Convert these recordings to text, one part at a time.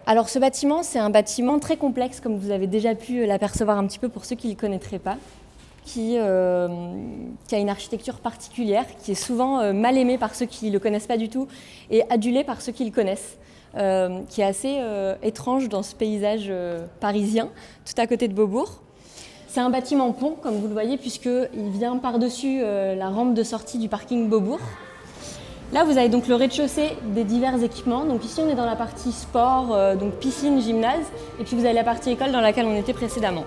Alors ce bâtiment, c'est un bâtiment très complexe, comme vous avez déjà pu l'apercevoir un petit peu pour ceux qui ne le connaîtraient pas, qui a une architecture particulière, qui est souvent mal aimée par ceux qui ne le connaissent pas du tout et adulée par ceux qui le connaissent, qui est assez étrange dans ce paysage parisien, tout à côté de Beaubourg. C'est un bâtiment pont, comme vous le voyez, puisqu'il vient par-dessus la rampe de sortie du parking Beaubourg. Là, vous avez donc le rez-de-chaussée des divers équipements. Donc ici, on est dans la partie sport, donc piscine, gymnase, et puis vous avez la partie école dans laquelle on était précédemment.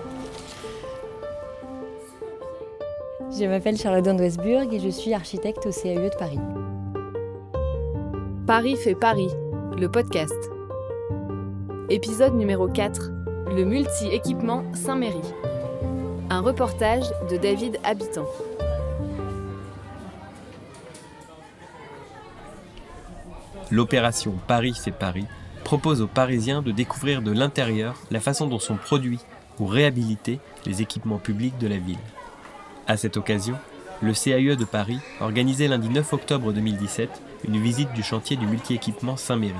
Je m'appelle Charlotte Westburg et je suis architecte au CAUE de Paris. Paris fait Paris, le podcast. Épisode numéro 4, le multi-équipement Saint-Méry. Un reportage de David Habitant. L'opération Paris fait Paris propose aux Parisiens de découvrir de l'intérieur la façon dont sont produits ou réhabilités les équipements publics de la ville. À cette occasion, le CAUE de Paris organisait lundi 9 octobre 2017 une visite du chantier du multi-équipement Saint-Méry.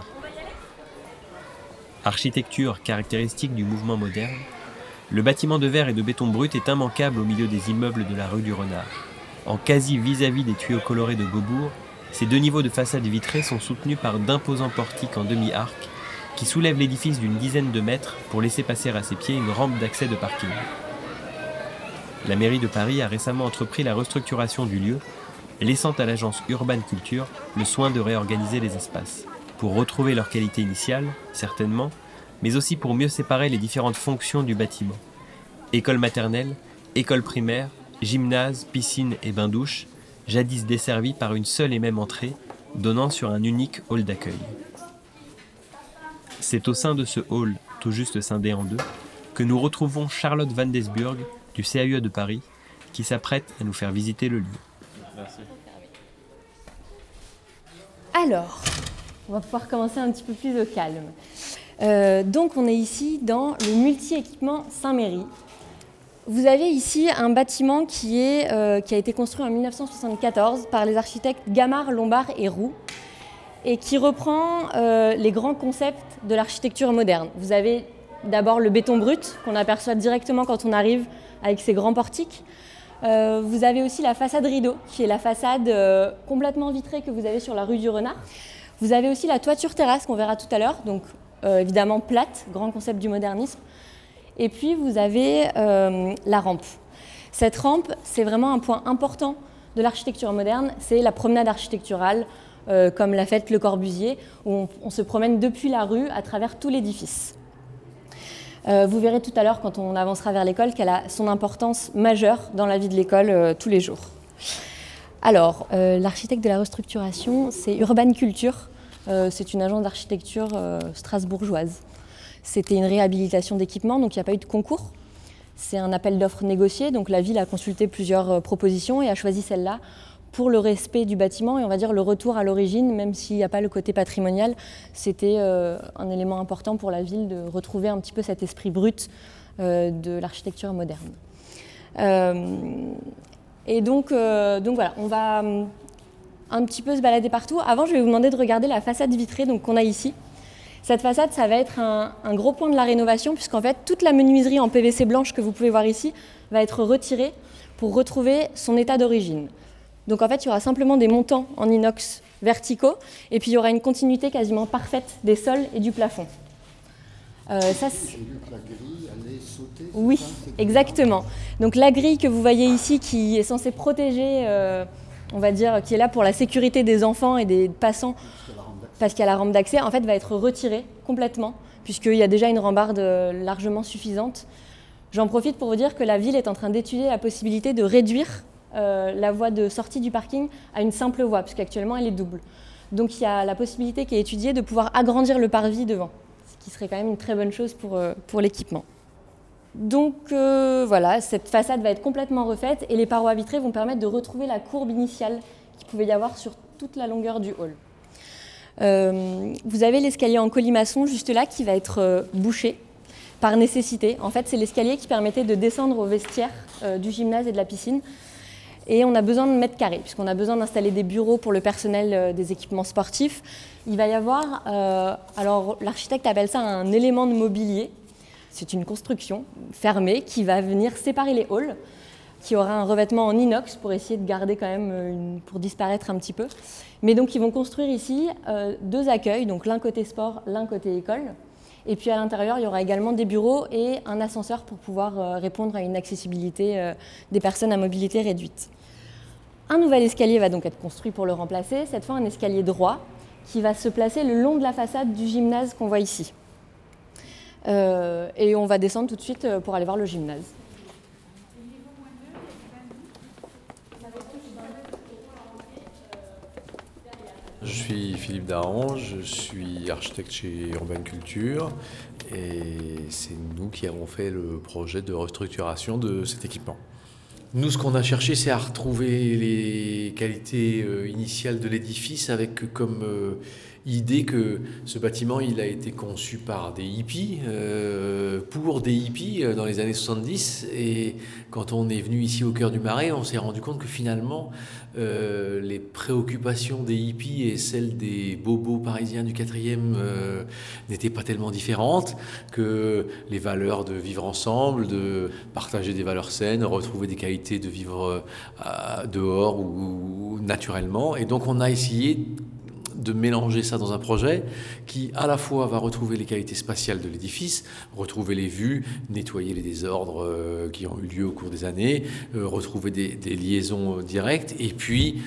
Architecture caractéristique du mouvement moderne, le bâtiment de verre et de béton brut est immanquable au milieu des immeubles de la rue du Renard. En quasi vis-à-vis des tuyaux colorés de Beaubourg, ces deux niveaux de façade vitrée sont soutenus par d'imposants portiques en demi-arc qui soulèvent l'édifice d'une dizaine de mètres pour laisser passer à ses pieds une rampe d'accès de parking. La mairie de Paris a récemment entrepris la restructuration du lieu, laissant à l'agence Urban Culture le soin de réorganiser les espaces, pour retrouver leur qualité initiale, certainement, mais aussi pour mieux séparer les différentes fonctions du bâtiment. École maternelle, école primaire, gymnase, piscine et bain-douche, jadis desservis par une seule et même entrée, donnant sur un unique hall d'accueil. C'est au sein de ce hall, tout juste scindé en deux, que nous retrouvons Charlotte Westburg du CAUE de Paris, qui s'apprête à nous faire visiter le lieu. Merci. Alors, on va pouvoir commencer un petit peu plus au calme. Donc on est ici dans le multi-équipement Saint-Méry. Vous avez ici un bâtiment qui a été construit en 1974 par les architectes Gamard, Lombard et Roux et qui reprend les grands concepts de l'architecture moderne. Vous avez d'abord le béton brut qu'on aperçoit directement quand on arrive avec ses grands portiques. Vous avez aussi la façade rideau qui est la façade complètement vitrée que vous avez sur la rue du Renard. Vous avez aussi la toiture terrasse qu'on verra tout à l'heure, donc évidemment plate, grand concept du modernisme. Et puis vous avez la rampe. Cette rampe, c'est vraiment un point important de l'architecture moderne, c'est la promenade architecturale, comme l'a faite Le Corbusier, où on se promène depuis la rue à travers tout l'édifice. Vous verrez tout à l'heure, quand on avancera vers l'école, qu'elle a son importance majeure dans la vie de l'école tous les jours. Alors, l'architecte de la restructuration, c'est Urban Culture. C'est une agence d'architecture strasbourgeoise. C'était une réhabilitation d'équipements, donc il n'y a pas eu de concours. C'est un appel d'offres négocié, donc la ville a consulté plusieurs propositions et a choisi celle-là pour le respect du bâtiment et on va dire le retour à l'origine, même s'il n'y a pas le côté patrimonial. C'était un élément important pour la ville de retrouver un petit peu cet esprit brut de l'architecture moderne. Et donc voilà, on va un petit peu se balader partout. Avant, je vais vous demander de regarder la façade vitrée qu'on a ici. Cette façade, ça va être un gros point de la rénovation, puisqu'en fait, toute la menuiserie en PVC blanche que vous pouvez voir ici va être retirée pour retrouver son état d'origine. Donc en fait, il y aura simplement des montants en inox verticaux, et puis il y aura une continuité quasiment parfaite des sols et du plafond. J'ai vu que la grille allait sauter. Oui, exactement. Donc la grille que vous voyez ici, qui est censée protéger, on va dire, qui est là pour la sécurité des enfants et des passants, parce qu'il y a la rampe d'accès, en fait, va être retirée complètement, puisqu'il y a déjà une rambarde largement suffisante. J'en profite pour vous dire que la ville est en train d'étudier la possibilité de réduire la voie de sortie du parking à une simple voie, puisqu'actuellement elle est double. Donc il y a la possibilité qui est étudiée de pouvoir agrandir le parvis devant, ce qui serait quand même une très bonne chose pour l'équipement. Donc voilà, cette façade va être complètement refaite et les parois vitrées vont permettre de retrouver la courbe initiale qu'il pouvait y avoir sur toute la longueur du hall. Vous avez l'escalier en colimaçon juste là qui va être bouché par nécessité. En fait, c'est l'escalier qui permettait de descendre au vestiaire du gymnase et de la piscine. Et on a besoin de mètres carrés, puisqu'on a besoin d'installer des bureaux pour le personnel des équipements sportifs. Il va y avoir, alors l'architecte appelle ça un élément de mobilier. C'est une construction fermée qui va venir séparer les halls, qui aura un revêtement en inox pour essayer de garder quand même, pour disparaître un petit peu. Mais donc ils vont construire ici 2 accueils, donc l'un côté sport, l'un côté école. Et puis à l'intérieur, il y aura également des bureaux et un ascenseur pour pouvoir répondre à une accessibilité des personnes à mobilité réduite. Un nouvel escalier va donc être construit pour le remplacer, cette fois un escalier droit qui va se placer le long de la façade du gymnase qu'on voit ici. Et on va descendre tout de suite pour aller voir le gymnase. Je suis Philippe Dahan, je suis architecte chez Urban Culture et c'est nous qui avons fait le projet de restructuration de cet équipement. Nous, ce qu'on a cherché, c'est à retrouver les qualités initiales de l'édifice avec comme idée que ce bâtiment, il a été conçu par des hippies, pour des hippies dans les années 70. Et quand on est venu ici au cœur du Marais, on s'est rendu compte que finalement, les préoccupations des hippies et celles des bobos parisiens du 4e n'étaient pas tellement différentes, que les valeurs de vivre ensemble, de partager des valeurs saines, retrouver des qualités de vivre dehors ou naturellement. Et donc on a essayé de mélanger ça dans un projet qui à la fois va retrouver les qualités spatiales de l'édifice, retrouver les vues, nettoyer les désordres qui ont eu lieu au cours des années, retrouver des liaisons directes et puis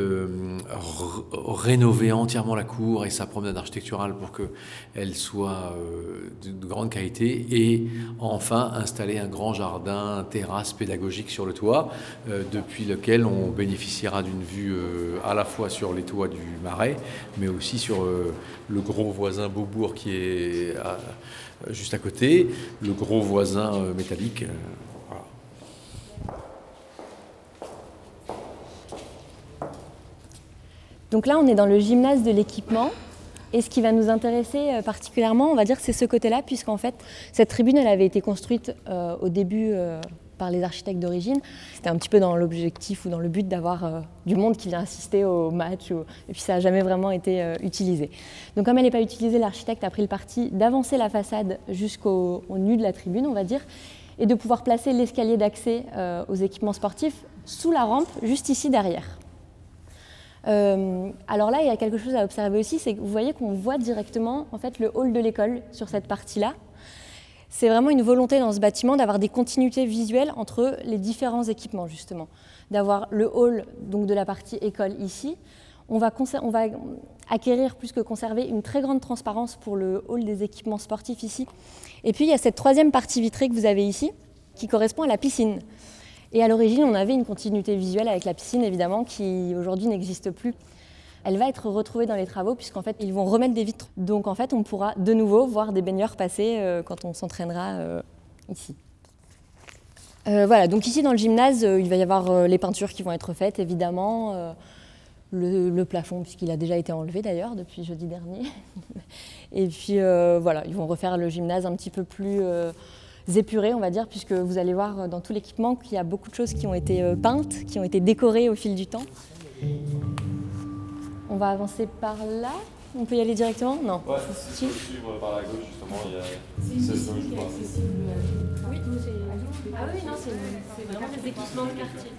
rénover entièrement la cour et sa promenade architecturale pour qu'elle soit de grande qualité et enfin installer un grand jardin, terrasse pédagogique sur le toit depuis lequel on bénéficiera d'une vue à la fois sur les toits du Marais mais aussi sur le gros voisin Beaubourg qui est juste à côté, le gros voisin métallique. Voilà. Donc là, on est dans le gymnase de l'équipement. Et ce qui va nous intéresser particulièrement, on va dire, c'est ce côté-là, puisqu'en fait, cette tribune, elle avait été construite au début par les architectes d'origine. C'était un petit peu dans l'objectif ou dans le but d'avoir du monde qui vient assister au match, et puis ça n'a jamais vraiment été utilisé. Donc comme elle n'est pas utilisée, l'architecte a pris le parti d'avancer la façade jusqu'au nu de la tribune, on va dire, et de pouvoir placer l'escalier d'accès aux équipements sportifs sous la rampe, juste ici derrière. Alors là, il y a quelque chose à observer aussi, c'est que vous voyez qu'on voit directement en fait, le hall de l'école sur cette partie-là. C'est vraiment une volonté dans ce bâtiment d'avoir des continuités visuelles entre les différents équipements, justement. D'avoir le hall donc, de la partie école ici. On va acquérir, plus que conserver, une très grande transparence pour le hall des équipements sportifs ici. Et puis, il y a cette troisième partie vitrée que vous avez ici, qui correspond à la piscine. Et à l'origine, on avait une continuité visuelle avec la piscine, évidemment, qui aujourd'hui n'existe plus. Elle va être retrouvée dans les travaux, puisqu'en fait, ils vont remettre des vitres. Donc, en fait, on pourra de nouveau voir des baigneurs passer quand on s'entraînera ici. Voilà, donc ici, dans le gymnase, il va y avoir les peintures qui vont être faites, évidemment. Le plafond, puisqu'il a déjà été enlevé, d'ailleurs, depuis jeudi dernier. Et puis, voilà, ils vont refaire le gymnase un petit peu plus épuré, on va dire, puisque vous allez voir dans tout l'équipement qu'il y a beaucoup de choses qui ont été peintes, qui ont été décorées au fil du temps. On va avancer par là. On peut y aller directement ? Non. Ouais, si tu peux suivre par la gauche, justement, il y a... C'est ici qui est accessible. Oui, c'est... Ah oui, non, c'est vraiment des équipements de quartier.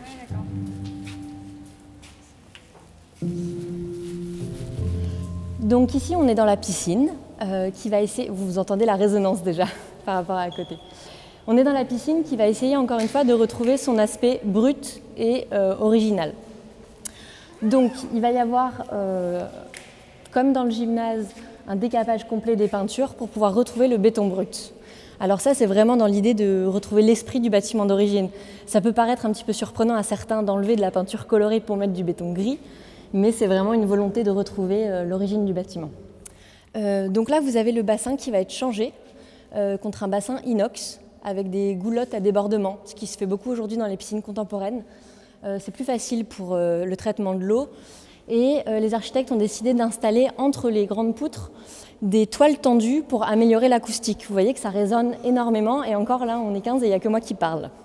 Donc ici, on est dans la piscine, qui va essayer... Vous entendez la résonance déjà par rapport à côté. On est dans la piscine qui va essayer encore une fois de retrouver son aspect brut et original. Donc il va y avoir, comme dans le gymnase, un décapage complet des peintures pour pouvoir retrouver le béton brut. Alors ça, c'est vraiment dans l'idée de retrouver l'esprit du bâtiment d'origine. Ça peut paraître un petit peu surprenant à certains d'enlever de la peinture colorée pour mettre du béton gris, mais c'est vraiment une volonté de retrouver l'origine du bâtiment. Donc là, vous avez le bassin qui va être changé contre un bassin inox avec des goulottes à débordement, ce qui se fait beaucoup aujourd'hui dans les piscines contemporaines. C'est plus facile pour le traitement de l'eau. Et les architectes ont décidé d'installer entre les grandes poutres des toiles tendues pour améliorer l'acoustique. Vous voyez que ça résonne énormément, et encore là, on est 15 et il n'y a que moi qui parle.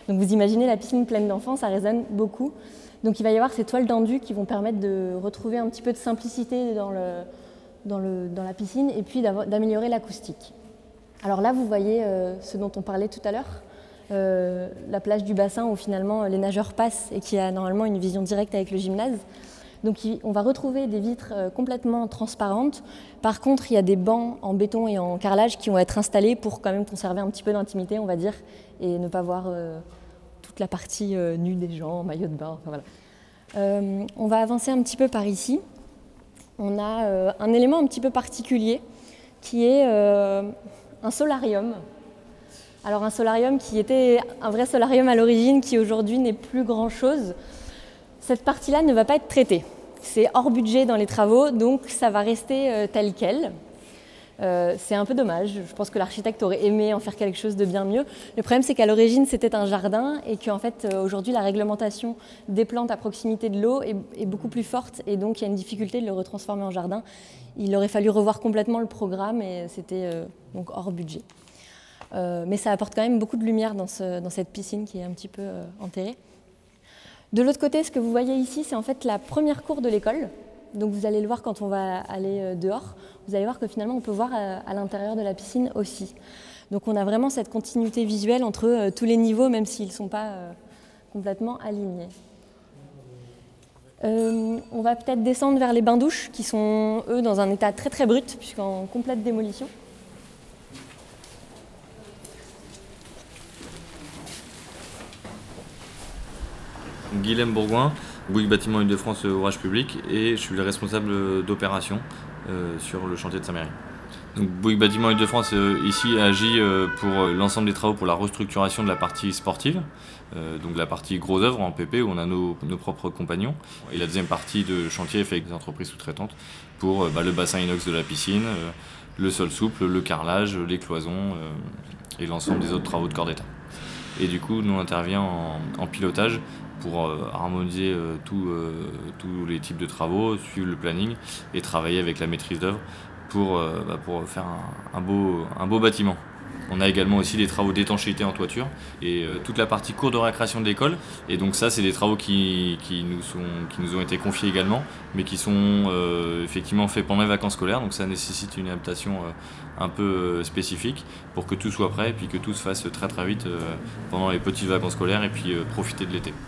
Donc vous imaginez la piscine pleine d'enfants, ça résonne beaucoup. Donc il va y avoir ces toiles tendues qui vont permettre de retrouver un petit peu de simplicité dans la piscine et puis d'améliorer l'acoustique. Alors là, vous voyez ce dont on parlait tout à l'heure, la plage du bassin où finalement les nageurs passent et qui a normalement une vision directe avec le gymnase. Donc on va retrouver des vitres complètement transparentes. Par contre, il y a des bancs en béton et en carrelage qui vont être installés pour quand même conserver un petit peu d'intimité, on va dire, et ne pas voir toute la partie nue des gens en maillot de bain. Enfin, voilà. On va avancer un petit peu par ici. On a un élément un petit peu particulier qui est un solarium. Alors un solarium qui était un vrai solarium à l'origine, qui aujourd'hui n'est plus grand-chose. Cette partie-là ne va pas être traitée. C'est hors budget dans les travaux, donc ça va rester tel quel. C'est un peu dommage. Je pense que l'architecte aurait aimé en faire quelque chose de bien mieux. Le problème, c'est qu'à l'origine, c'était un jardin et qu'en fait, aujourd'hui, la réglementation des plantes à proximité de l'eau est beaucoup plus forte et donc il y a une difficulté de le retransformer en jardin. Il aurait fallu revoir complètement le programme et c'était donc hors budget. Mais ça apporte quand même beaucoup de lumière dans cette piscine qui est un petit peu enterrée. De l'autre côté, ce que vous voyez ici, c'est en fait la première cour de l'école. Donc vous allez le voir quand on va aller dehors. Vous allez voir que finalement, on peut voir à l'intérieur de la piscine aussi. Donc on a vraiment cette continuité visuelle entre tous les niveaux, même s'ils ne sont pas complètement alignés. On va peut-être descendre vers les bains-douches, qui sont, eux, dans un état très très brut, puisqu'en complète démolition. Guilhem Bourgoin, Bouygues Bâtiment Île-de-France Ouvrage Public, et je suis le responsable d'opération sur le chantier de Saint-Méry. Donc Bouygues Bâtiment Île-de-France ici agit pour l'ensemble des travaux pour la restructuration de la partie sportive, donc la partie gros œuvre en PP où on a nos propres compagnons, et la deuxième partie de chantier est fait avec des entreprises sous-traitantes pour le bassin inox de la piscine, le sol souple, le carrelage, les cloisons et l'ensemble des autres travaux de corps d'État. Et du coup, nous on intervient en pilotage pour harmoniser tous les types de travaux, suivre le planning et travailler avec la maîtrise d'œuvre pour faire un beau bâtiment. On a également aussi des travaux d'étanchéité en toiture et toute la partie cour de récréation de l'école. Et donc ça, c'est des travaux qui nous ont été confiés également, mais qui sont effectivement faits pendant les vacances scolaires. Donc ça nécessite une adaptation un peu spécifique pour que tout soit prêt et puis que tout se fasse très très vite pendant les petites vacances scolaires et puis profiter de l'été.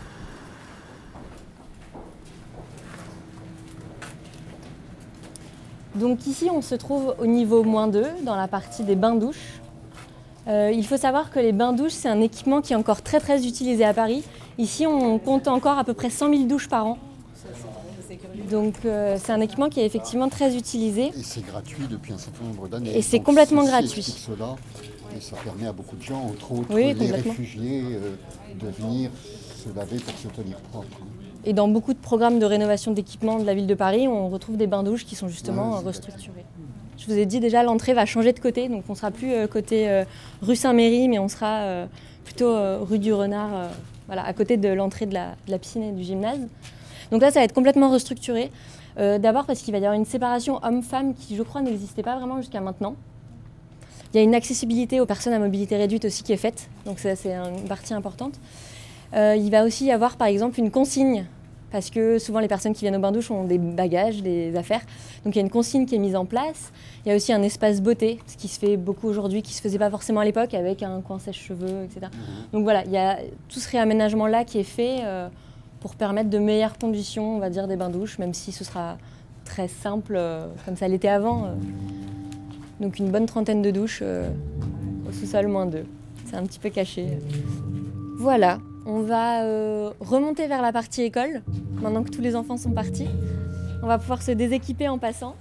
Donc ici, on se trouve au niveau -2, dans la partie des bains-douches. Il faut savoir que les bains-douches, c'est un équipement qui est encore très très utilisé à Paris. Ici, on compte encore à peu près 100 000 douches par an. Donc c'est un équipement qui est effectivement très utilisé. Et c'est gratuit depuis un certain nombre d'années. Et c'est complètement gratuit. Cela, et ça permet à beaucoup de gens, entre autres oui, les réfugiés, de venir se laver pour se tenir propre. Et dans beaucoup de programmes de rénovation d'équipements de la ville de Paris, on retrouve des bains-douches qui sont justement restructurés. Je vous ai dit déjà, l'entrée va changer de côté, donc on ne sera plus côté rue Saint-Méry, mais on sera plutôt rue du Renard, voilà, à côté de l'entrée de la piscine et du gymnase. Donc là, ça va être complètement restructuré. D'abord parce qu'il va y avoir une séparation homme-femme qui, je crois, n'existait pas vraiment jusqu'à maintenant. Il y a une accessibilité aux personnes à mobilité réduite aussi qui est faite, donc ça, c'est une partie importante. Il va aussi y avoir par exemple une consigne, parce que souvent les personnes qui viennent au bain-douche ont des bagages, des affaires. Donc il y a une consigne qui est mise en place. Il y a aussi un espace beauté, ce qui se fait beaucoup aujourd'hui, qui ne se faisait pas forcément à l'époque, avec un coin sèche-cheveux, etc. Donc voilà, il y a tout ce réaménagement-là qui est fait pour permettre de meilleures conditions, on va dire, des bains-douches, même si ce sera très simple, comme ça l'était avant. Donc une bonne trentaine de douches au sous-sol -2. C'est un petit peu caché. Voilà. On va remonter vers la partie école, maintenant que tous les enfants sont partis. On va pouvoir se déséquiper en passant.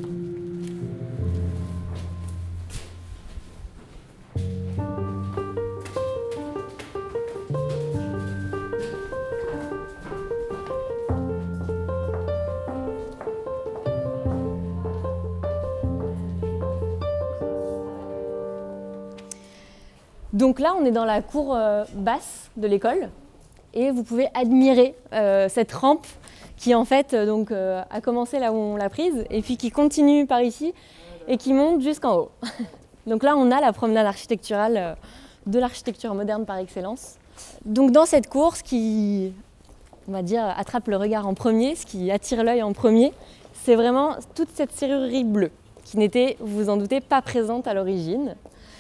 Donc là, on est dans la cour basse de l'école et vous pouvez admirer cette rampe qui en fait a commencé là où on l'a prise et puis qui continue par ici et qui monte jusqu'en haut. Donc là, on a la promenade architecturale de l'architecture moderne par excellence. Donc dans cette course qui, on va dire, attrape le regard en premier, ce qui attire l'œil en premier, c'est vraiment toute cette serrurerie bleue qui n'était, vous vous en doutez, pas présente à l'origine.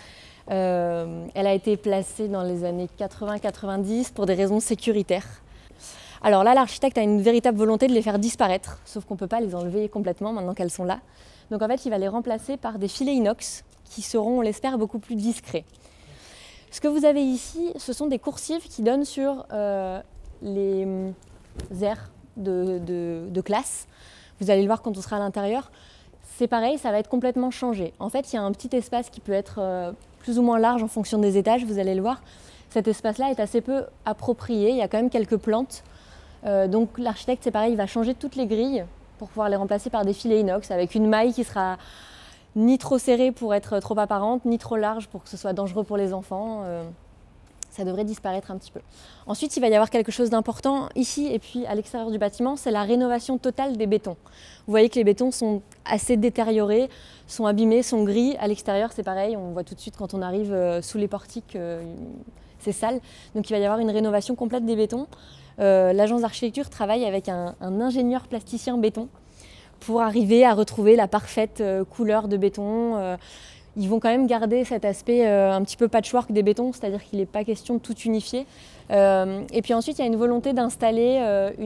Elle a été placée dans les années 80-90 pour des raisons sécuritaires. Alors là, l'architecte a une véritable volonté de les faire disparaître, sauf qu'on ne peut pas les enlever complètement maintenant qu'elles sont là. Donc en fait, il va les remplacer par des filets inox qui seront, on l'espère, beaucoup plus discrets. Ce que vous avez ici, ce sont des coursives qui donnent sur les aires de classe. Vous allez le voir quand on sera à l'intérieur. C'est pareil, ça va être complètement changé. En fait, il y a un petit espace qui peut être plus ou moins large en fonction des étages, vous allez le voir. Cet espace-là est assez peu approprié, il y a quand même quelques plantes. Donc l'architecte, c'est pareil, il va changer toutes les grilles pour pouvoir les remplacer par des filets inox avec une maille qui sera ni trop serrée pour être trop apparente, ni trop large pour que ce soit dangereux pour les enfants. Ça devrait disparaître un petit peu. Ensuite, il va y avoir quelque chose d'important ici et puis à l'extérieur du bâtiment, c'est la rénovation totale des bétons. Vous voyez que les bétons sont assez détériorés, sont abîmés, sont gris. À l'extérieur, c'est pareil, on voit tout de suite quand on arrive sous les portiques, c'est sale. Donc il va y avoir une rénovation complète des bétons. L'agence d'architecture travaille avec un ingénieur plasticien béton pour arriver à retrouver la parfaite couleur de béton. Ils vont quand même garder cet aspect un petit peu patchwork des bétons, c'est-à-dire qu'il n'est pas question de tout unifier. Et puis ensuite, il y a une volonté d'installer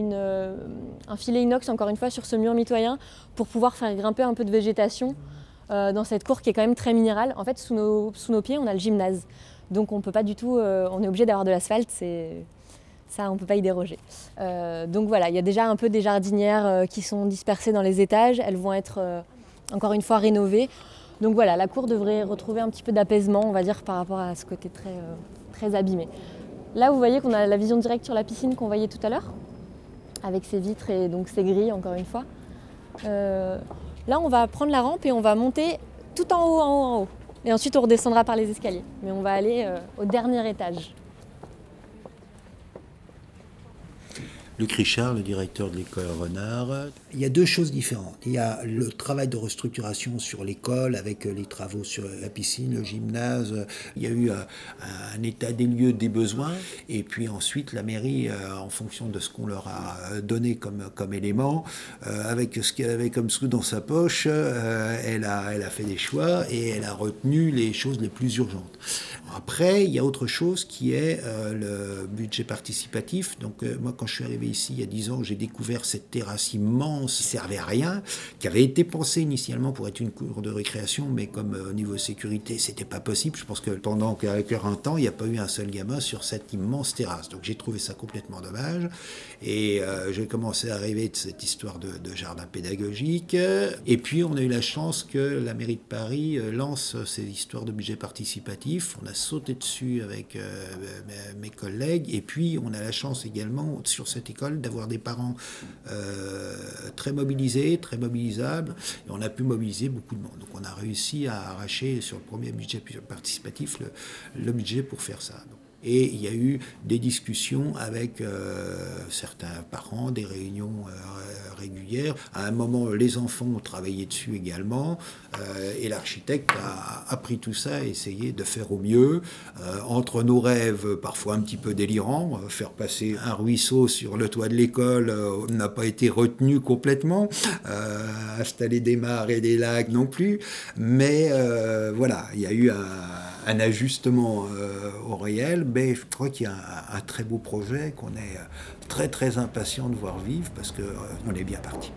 un filet inox, encore une fois, sur ce mur mitoyen pour pouvoir faire grimper un peu de végétation dans cette cour qui est quand même très minérale. En fait, sous nos pieds, on a le gymnase. Donc on ne peut pas du tout, on est obligé d'avoir de l'asphalte, ça on ne peut pas y déroger. Donc voilà, il y a déjà un peu des jardinières qui sont dispersées dans les étages, elles vont être encore une fois rénovées. Donc voilà, la cour devrait retrouver un petit peu d'apaisement, on va dire, par rapport à ce côté très abîmé. Là, vous voyez qu'on a la vision directe sur la piscine qu'on voyait tout à l'heure, avec ses vitres et donc ses grilles, encore une fois. Là, on va prendre la rampe et on va monter tout en haut. Et ensuite, on redescendra par les escaliers. Mais on va aller au dernier étage. Luc Richard, le directeur de l'école Renard. Il y a deux choses différentes. Il y a le travail de restructuration sur l'école avec les travaux sur la piscine, le gymnase. Il y a eu un état des lieux des besoins. Et puis ensuite, la mairie, en fonction de ce qu'on leur a donné comme élément, avec ce qu'elle avait comme sous dans sa poche, elle a fait des choix et elle a retenu les choses les plus urgentes. Après, il y a autre chose qui est le budget participatif. Donc moi, quand je suis arrivé ici il y a 10 ans, j'ai découvert cette terrasse immense qui ne servait à rien, qui avait été pensée initialement pour être une cour de récréation, mais comme au niveau sécurité, c'était pas possible. Je pense que pendant 40 ans, il n'y a pas eu un seul gamin sur cette immense terrasse. Donc j'ai trouvé ça complètement dommage. Et j'ai commencé à rêver de cette histoire de jardin pédagogique. Et puis on a eu la chance que la mairie de Paris lance ces histoires de budget participatif. On a sauté dessus avec mes collègues. Et puis on a la chance également sur cette école d'avoir des parents très mobilisés, très mobilisables, et on a pu mobiliser beaucoup de monde. Donc on a réussi à arracher sur le premier budget participatif le budget pour faire ça. Et il y a eu des discussions avec certains parents, des réunions régulières. À un moment, les enfants ont travaillé dessus également, et l'architecte a pris tout ça et essayé de faire au mieux. Entre nos rêves, parfois un petit peu délirants, faire passer un ruisseau sur le toit de l'école n'a pas été retenu complètement, installer des mares et des lacs non plus, mais voilà, il y a eu un ajustement au réel, mais je crois qu'il y a un très beau projet qu'on est très très impatient de voir vivre parce qu'on est bien parti.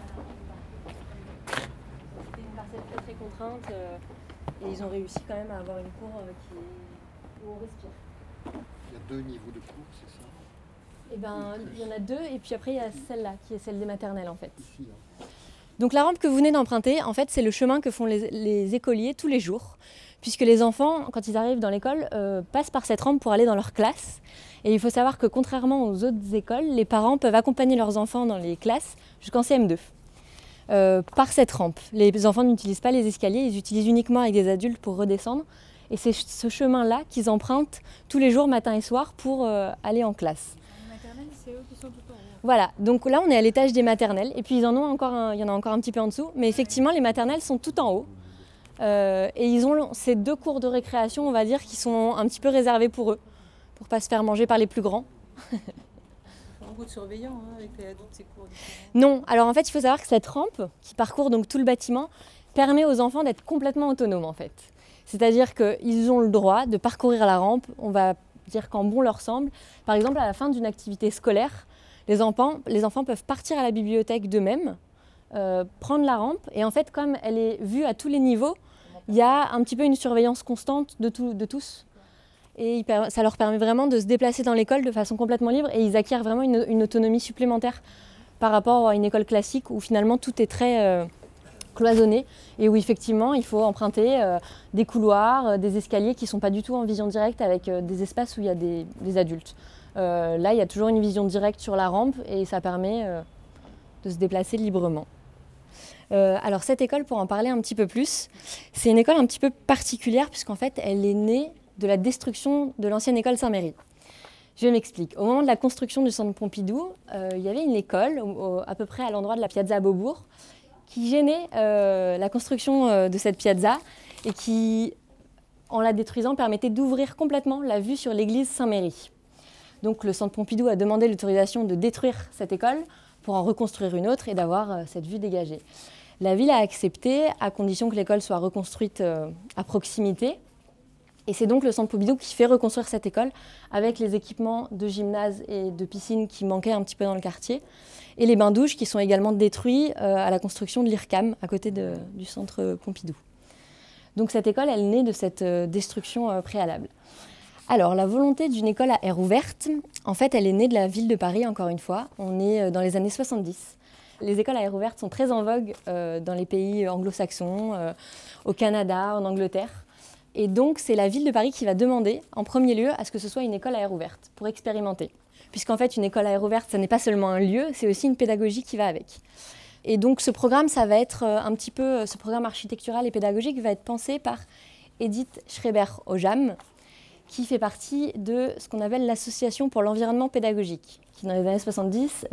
C'était une parcelle très contrainte et ils ont réussi quand même à avoir une cour où on respire. Il y a 2 niveaux de cour, c'est ça ? Eh ben, il y en a 2 et puis après il y a celle-là qui est celle des maternelles en fait. Ici, hein. Donc la rampe que vous venez d'emprunter, en fait c'est le chemin que font les écoliers tous les jours, puisque les enfants, quand ils arrivent dans l'école, passent par cette rampe pour aller dans leur classe. Et il faut savoir que contrairement aux autres écoles, les parents peuvent accompagner leurs enfants dans les classes jusqu'en CM2 par cette rampe. Les enfants n'utilisent pas les escaliers, ils utilisent uniquement avec des adultes pour redescendre. Et c'est ce chemin-là qu'ils empruntent tous les jours, matin et soir, pour aller en classe. Les maternelles, c'est eux qui sont tout en haut. Voilà, donc là on est à l'étage des maternelles, et puis il y en a encore un petit peu en dessous, mais effectivement les maternelles sont tout en haut. Et ils ont ces 2 cours de récréation, on va dire, qui sont un petit peu réservés pour eux, pour ne pas se faire manger par les plus grands. Beaucoup de surveillants avec toutes ces cours différents. Non, alors en fait, il faut savoir que cette rampe, qui parcourt donc tout le bâtiment, permet aux enfants d'être complètement autonomes en fait. C'est-à-dire qu'ils ont le droit de parcourir la rampe, on va dire quand bon leur semble. Par exemple, à la fin d'une activité scolaire, les enfants peuvent partir à la bibliothèque d'eux-mêmes, prendre la rampe, et en fait, comme elle est vue à tous les niveaux, il y a un petit peu une surveillance constante de tous. Et ça leur permet vraiment de se déplacer dans l'école de façon complètement libre, et ils acquièrent vraiment une autonomie supplémentaire par rapport à une école classique où finalement tout est très cloisonné et où effectivement il faut emprunter des couloirs, des escaliers qui ne sont pas du tout en vision directe avec des espaces où il y a des adultes. Là, il y a toujours une vision directe sur la rampe et ça permet de se déplacer librement. Alors cette école, pour en parler un petit peu plus, c'est une école un petit peu particulière puisqu'en fait elle est née de la destruction de l'ancienne école Saint-Méry. Je m'explique. Au moment de la construction du centre Pompidou, il y avait une école à peu près à l'endroit de la piazza Beaubourg qui gênait la construction de cette piazza et qui, en la détruisant, permettait d'ouvrir complètement la vue sur l'église Saint-Méry. Donc le centre Pompidou a demandé l'autorisation de détruire cette école pour en reconstruire une autre et d'avoir cette vue dégagée. La ville a accepté à condition que l'école soit reconstruite à proximité. Et c'est donc le centre Pompidou qui fait reconstruire cette école avec les équipements de gymnase et de piscine qui manquaient un petit peu dans le quartier et les bains-douches qui sont également détruits à la construction de l'IRCAM à côté du centre Pompidou. Donc cette école, elle naît de cette destruction préalable. Alors la volonté d'une école à air ouverte, en fait, elle est née de la ville de Paris, encore une fois. On est dans les années 70. Les écoles à air ouverte sont très en vogue dans les pays anglo-saxons, au Canada, en Angleterre. Et donc, c'est la ville de Paris qui va demander, en premier lieu, à ce que ce soit une école à air ouverte, pour expérimenter. Puisqu'en fait, une école à air ouverte, ça n'est pas seulement un lieu, c'est aussi une pédagogie qui va avec. Et donc, ce programme, ça va être un petit peu, ce programme architectural et pédagogique va être pensé par Edith Schreiber-Ojam, qui fait partie de ce qu'on appelle l'Association pour l'environnement pédagogique, qui dans les années 70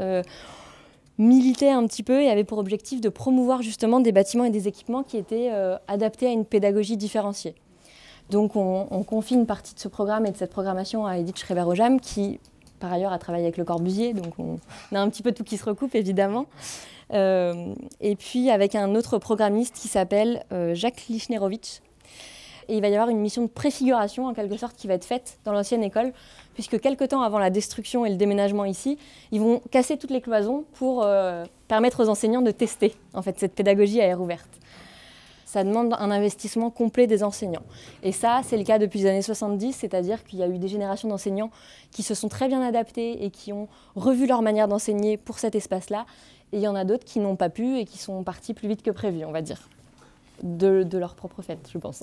militait un petit peu et avait pour objectif de promouvoir justement des bâtiments et des équipements qui étaient adaptés à une pédagogie différenciée. Donc on confie une partie de ce programme et de cette programmation à Edith Schreiber-Ojam qui, par ailleurs, a travaillé avec Le Corbusier, donc on a un petit peu tout qui se recoupe, évidemment. Et puis avec un autre programmiste qui s'appelle Jacques Lichnerowicz. Et il va y avoir une mission de préfiguration, en quelque sorte, qui va être faite dans l'ancienne école, puisque quelque temps avant la destruction et le déménagement ici, ils vont casser toutes les cloisons pour permettre aux enseignants de tester en fait, cette pédagogie à air ouverte. Ça demande un investissement complet des enseignants. Et ça, c'est le cas depuis les années 70, c'est-à-dire qu'il y a eu des générations d'enseignants qui se sont très bien adaptés et qui ont revu leur manière d'enseigner pour cet espace-là. Et il y en a d'autres qui n'ont pas pu et qui sont partis plus vite que prévu, on va dire. De leur propre fait, je pense.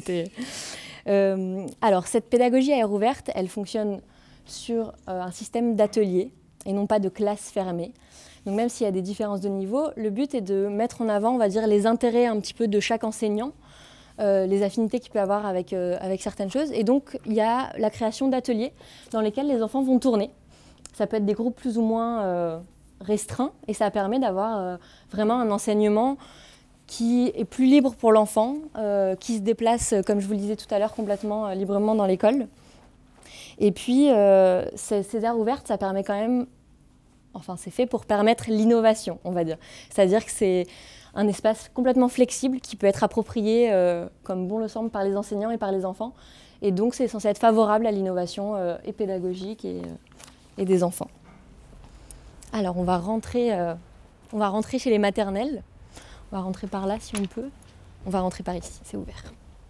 Alors, cette pédagogie à air ouverte, elle fonctionne sur un système d'ateliers et non pas de classes fermées. Donc même s'il y a des différences de niveau, le but est de mettre en avant, on va dire, les intérêts un petit peu de chaque enseignant, les affinités qu'il peut avoir avec certaines choses. Et donc, il y a la création d'ateliers dans lesquels les enfants vont tourner. Ça peut être des groupes plus ou moins restreints et ça permet d'avoir vraiment un enseignement qui est plus libre pour l'enfant, qui se déplace, comme je vous le disais tout à l'heure, complètement librement dans l'école. Et puis, ces aires ouvertes, ça permet quand même... Enfin, c'est fait pour permettre l'innovation, on va dire. C'est-à-dire que c'est un espace complètement flexible qui peut être approprié, comme bon le semble, par les enseignants et par les enfants. Et donc, c'est censé être favorable à l'innovation et pédagogique et des enfants. Alors, on va rentrer chez les maternelles. On va rentrer par là si on peut. On va rentrer par ici, c'est ouvert.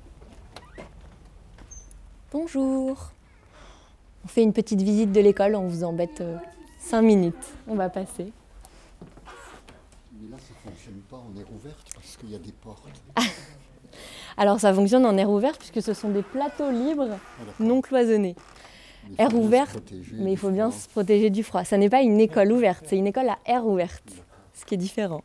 Bonjour. On fait une petite visite de l'école, on vous embête 5 minutes. On va passer. Mais là, ça ne fonctionne pas en air ouverte parce qu'il y a des portes. Alors ça fonctionne en air ouvert puisque ce sont des plateaux libres non cloisonnés. Air ouvert, mais il faut bien se protéger du froid. Ça n'est pas une école ouverte, c'est une école à air ouverte, ce qui est différent.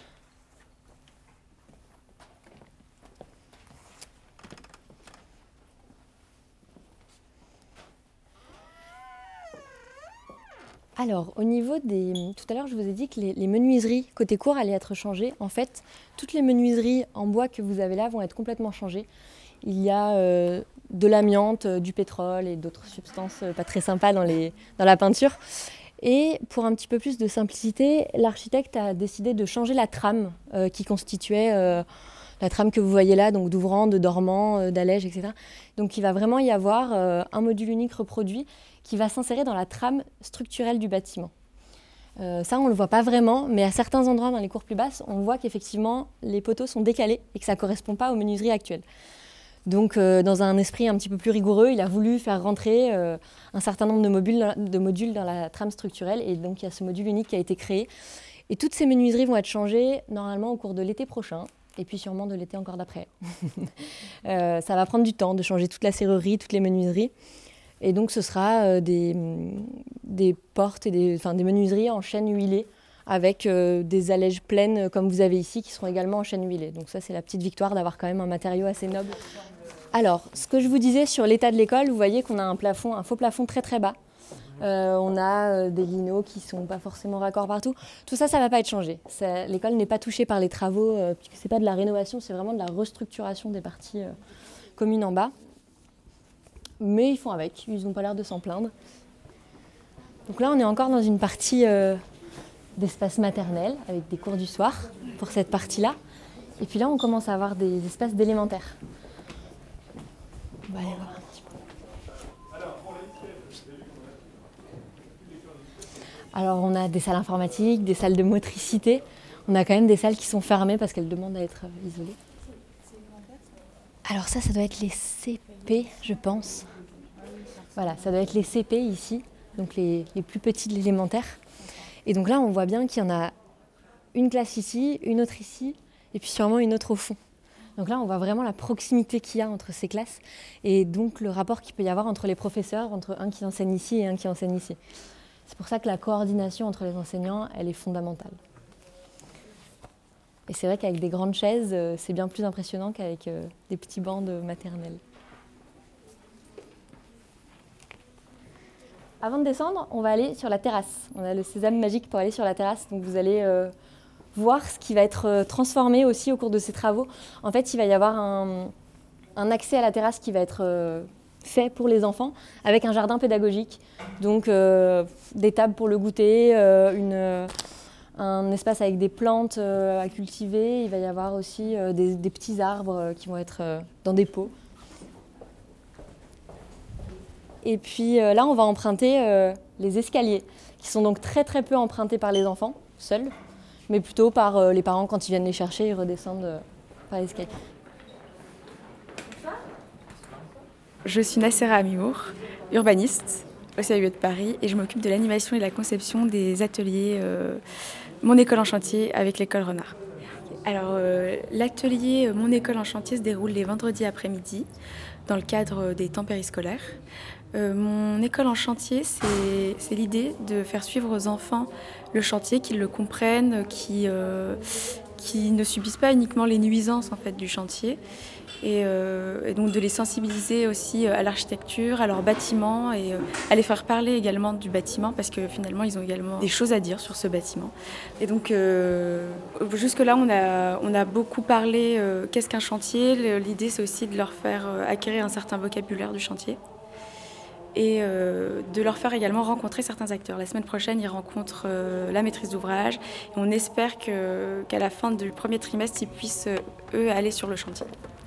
Alors, au niveau des... Tout à l'heure, je vous ai dit que les menuiseries côté cour allaient être changées. En fait, toutes les menuiseries en bois que vous avez là vont être complètement changées. il y a de l'amiante, du pétrole et d'autres substances pas très sympas dans la peinture. Et pour un petit peu plus de simplicité, l'architecte a décidé de changer la trame qui constituait la trame que vous voyez là, donc d'ouvrant, de dormant, d'allège, etc. Donc il va vraiment y avoir un module unique reproduit qui va s'insérer dans la trame structurelle du bâtiment. Ça, on ne le voit pas vraiment, mais à certains endroits dans les cours plus basses, on voit qu'effectivement, les poteaux sont décalés et que ça ne correspond pas aux menuiseries actuelles. Donc, dans un esprit un petit peu plus rigoureux, il a voulu faire rentrer un certain nombre de modules dans la trame structurelle. Et donc, il y a ce module unique qui a été créé. Et toutes ces menuiseries vont être changées normalement au cours de l'été prochain, et puis sûrement de l'été encore d'après. Ça va prendre du temps de changer toute la serrurerie, toutes les menuiseries. Et donc, ce sera des portes et des menuiseries en chêne huilé avec des allèges pleines comme vous avez ici qui seront également en chêne huilé. Donc ça, c'est la petite victoire d'avoir quand même un matériau assez noble. Alors, ce que je vous disais sur l'état de l'école, vous voyez qu'on a un faux plafond très très bas. On a des linos qui ne sont pas forcément raccords partout. Tout ça, ça ne va pas être changé. L'école n'est pas touchée par les travaux, puisque ce n'est pas de la rénovation, c'est vraiment de la restructuration des parties communes en bas. Mais ils font avec, ils n'ont pas l'air de s'en plaindre. Donc là, on est encore dans une partie d'espace maternel, avec des cours du soir, pour cette partie-là. Et puis là, on commence à avoir des espaces d'élémentaire. On va aller voir un petit peu. Alors, on a des salles informatiques, des salles de motricité. On a quand même des salles qui sont fermées parce qu'elles demandent à être isolées. Alors ça doit être les CP, je pense. Voilà, ça doit être les CP ici, donc les plus petits de l'élémentaire. Et donc là, on voit bien qu'il y en a une classe ici, une autre ici, et puis sûrement une autre au fond. Donc là, on voit vraiment la proximité qu'il y a entre ces classes, et donc le rapport qu'il peut y avoir entre les professeurs, entre un qui enseigne ici et un qui enseigne ici. C'est pour ça que la coordination entre les enseignants, elle est fondamentale. Et c'est vrai qu'avec des grandes chaises, c'est bien plus impressionnant qu'avec des petits bancs de maternelle. Avant de descendre, on va aller sur la terrasse. On a le sésame magique pour aller sur la terrasse. Donc vous allez voir ce qui va être transformé aussi au cours de ces travaux. En fait, il va y avoir un accès à la terrasse qui va être fait pour les enfants avec un jardin pédagogique. Donc des tables pour le goûter, un espace avec des plantes à cultiver. Il va y avoir aussi des petits arbres qui vont être dans des pots. Et puis là, on va emprunter les escaliers, qui sont donc très très peu empruntés par les enfants, seuls, mais plutôt par les parents quand ils viennent les chercher, ils redescendent par l'escalier. Je suis Nassera Amimour, urbaniste au CAUE de Paris, et je m'occupe de l'animation et de la conception des ateliers Mon école en chantier avec l'école Renard. Alors, l'atelier Mon école en chantier se déroule les vendredis après-midi dans le cadre des temps périscolaires. Mon école en chantier, c'est l'idée de faire suivre aux enfants le chantier, qu'ils le comprennent, qui ne subissent pas uniquement les nuisances en fait, du chantier, et donc de les sensibiliser aussi à l'architecture, à leur bâtiment, et à les faire parler également du bâtiment, parce que finalement ils ont également des choses à dire sur ce bâtiment. Et donc jusque-là on a beaucoup parlé qu'est-ce qu'un chantier. L'idée c'est aussi de leur faire acquérir un certain vocabulaire du chantier, et de leur faire également rencontrer certains acteurs. La semaine prochaine, ils rencontrent la maîtrise d'ouvrage, et on espère qu'à la fin du premier trimestre, ils puissent, eux, aller sur le chantier.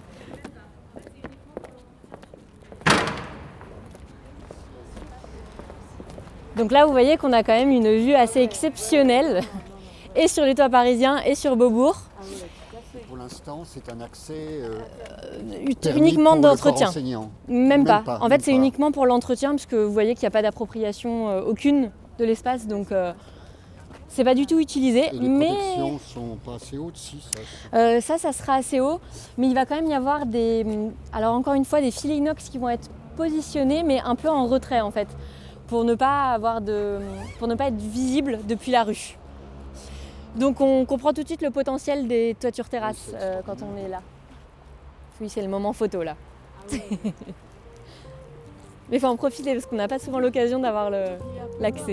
Donc là, vous voyez qu'on a quand même une vue assez exceptionnelle, et sur les toits parisiens, et sur Beaubourg. Pour l'instant, c'est un accès uniquement d'entretien. Même pas. En fait, c'est uniquement pour l'entretien, puisque vous voyez qu'il n'y a pas d'appropriation aucune de l'espace, donc c'est pas du tout utilisé. Et les protections sont pas assez hautes, si ça sera assez haut, mais il va quand même y avoir alors encore une fois, des filets inox qui vont être positionnés, mais un peu en retrait en fait, pour ne pas être visible depuis la rue. Donc on comprend tout de suite le potentiel des toitures terrasses quand on est là. Oui, c'est le moment photo là. Mais il faut en profiter parce qu'on n'a pas souvent l'occasion d'avoir l'accès.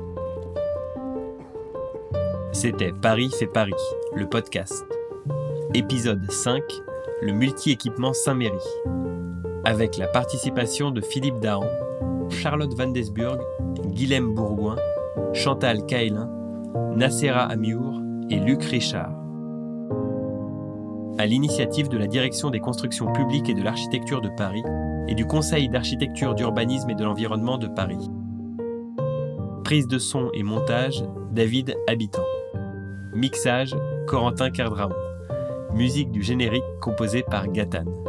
C'était Paris fait Paris, le podcast. Épisode 5, le multi-équipement Saint-Méry. Avec la participation de Philippe Dahan, Charlotte Van Desburg, Guilhem Bourgoin, Chantal Caélin, Nacera Amiour et Luc Richard. À l'initiative de la Direction des constructions publiques et de l'architecture de Paris et du Conseil d'architecture, d'urbanisme et de l'environnement de Paris. Prise de son et montage, David Habitant. Mixage, Corentin Cardramon. Musique du générique composée par Gatane.